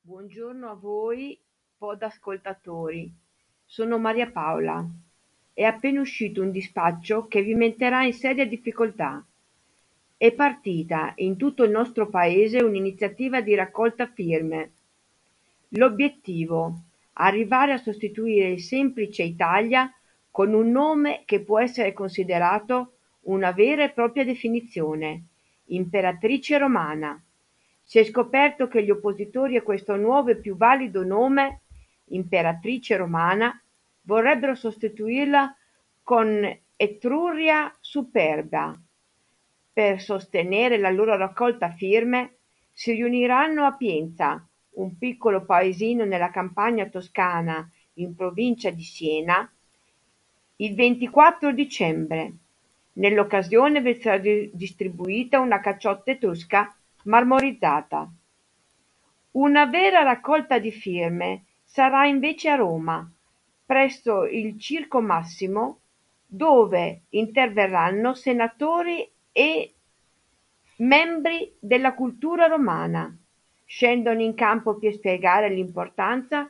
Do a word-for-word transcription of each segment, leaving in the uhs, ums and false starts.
Buongiorno a voi podascoltatori, sono Maria Paola. È appena uscito un dispaccio che vi metterà in seria difficoltà. È partita in tutto il nostro paese un'iniziativa di raccolta firme. L'obiettivo: arrivare a sostituire il semplice Italia con un nome che può essere considerato una vera e propria definizione: Imperatrice Romana. Si è scoperto che gli oppositori a questo nuovo e più valido nome, Imperatrice Romana, vorrebbero sostituirla con Etruria Superba. Per sostenere la loro raccolta firme si riuniranno a Pienza, un piccolo paesino nella campagna toscana in provincia di Siena, il ventiquattro dicembre. Nell'occasione vi sarà di- distribuita una cacciotta etrusca marmorizzata. Una vera raccolta di firme sarà invece a Roma, presso il Circo Massimo, dove interverranno senatori e membri della cultura romana. Scendono in campo per spiegare l'importanza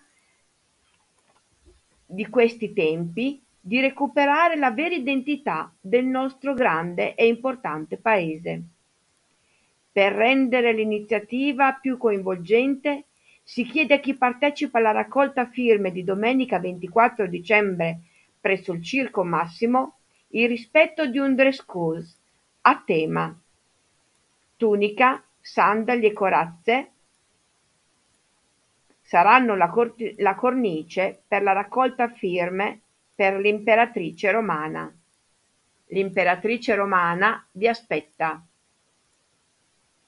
di questi tempi di recuperare la vera identità del nostro grande e importante paese. Per rendere l'iniziativa più coinvolgente, si chiede a chi partecipa alla raccolta firme di domenica ventiquattro dicembre presso il Circo Massimo il rispetto di un dress code a tema: tunica, sandali e corazze saranno la, corti- la cornice per la raccolta firme per l'imperatrice romana. L'imperatrice romana vi aspetta.